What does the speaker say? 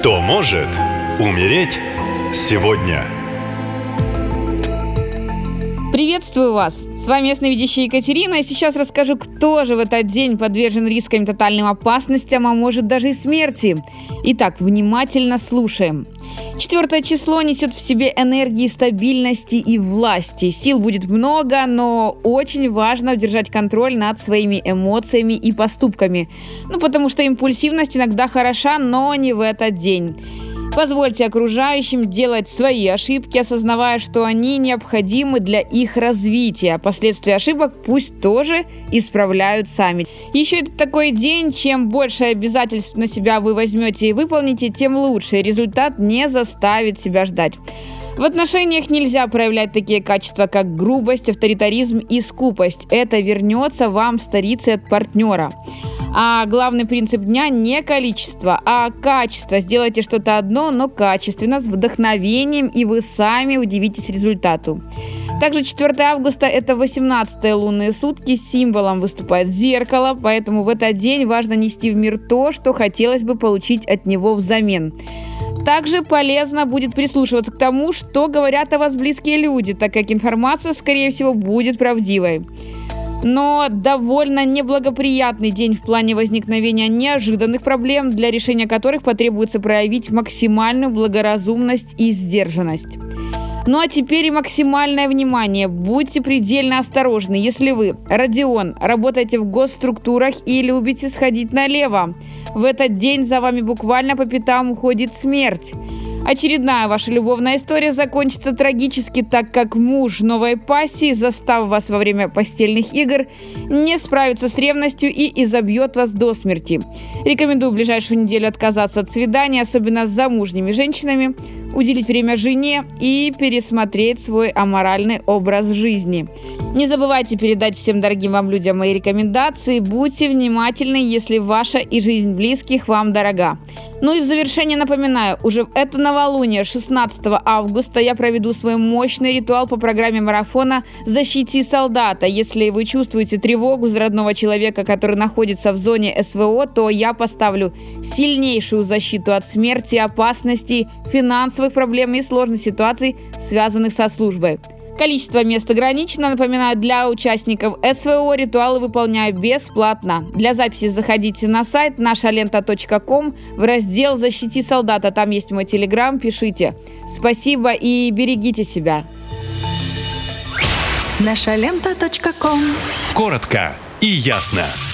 Кто может умереть сегодня? Приветствую вас! С вами ясновидящая Екатерина, и сейчас расскажу, кто же в этот день подвержен рискам и тотальным опасностям, а может даже и смерти. Итак, внимательно слушаем. 4 число несет в себе энергии стабильности и власти. Сил будет много, но очень важно удержать контроль над своими эмоциями и поступками. Потому что импульсивность иногда хороша, но не в этот день. Позвольте окружающим делать свои ошибки, осознавая, что они необходимы для их развития. Последствия ошибок пусть тоже исправляют сами. Еще это такой день, чем больше обязательств на себя вы возьмете и выполните, тем лучше. Результат не заставит себя ждать. В отношениях нельзя проявлять такие качества, как грубость, авторитаризм и скупость. Это вернется вам старицей от партнера. А главный принцип дня не количество, а качество. Сделайте что-то одно, но качественно, с вдохновением, и вы сами удивитесь результату. Также 4 августа – это 18-е лунные сутки, символом выступает зеркало, поэтому в этот день важно нести в мир то, что хотелось бы получить от него взамен. Также полезно будет прислушиваться к тому, что говорят о вас близкие люди, так как информация, скорее всего, будет правдивой. Но довольно неблагоприятный день в плане возникновения неожиданных проблем, для решения которых потребуется проявить максимальную благоразумность и сдержанность. Ну а теперь и максимальное внимание. Будьте предельно осторожны, если вы, Родион, работаете в госструктурах и любите сходить налево. В этот день за вами буквально по пятам уходит смерть. Очередная ваша любовная история закончится трагически, так как муж новой пассии, застав вас во время постельных игр, не справится с ревностью и изобьет вас до смерти. Рекомендую в ближайшую неделю отказаться от свиданий, особенно с замужними женщинами, уделить время жене и пересмотреть свой аморальный образ жизни. Не забывайте передать всем дорогим вам людям мои рекомендации. Будьте внимательны, если ваша и жизнь близких вам дорога. Ну и в завершение напоминаю, уже в это новолуние 16 августа я проведу свой мощный ритуал по программе марафона «Защити солдата». Если вы чувствуете тревогу за родного человека, который находится в зоне СВО, то я поставлю сильнейшую защиту от смерти, опасностей, финансовых проблем и сложных ситуаций, связанных со службой. Количество мест ограничено. Напоминаю, для участников СВО ритуалы выполняю бесплатно. Для записи заходите на сайт нашалента.ком в раздел «Защити солдата». Там есть мой телеграм, пишите. Спасибо и берегите себя. Нашалента.ком. Коротко и ясно.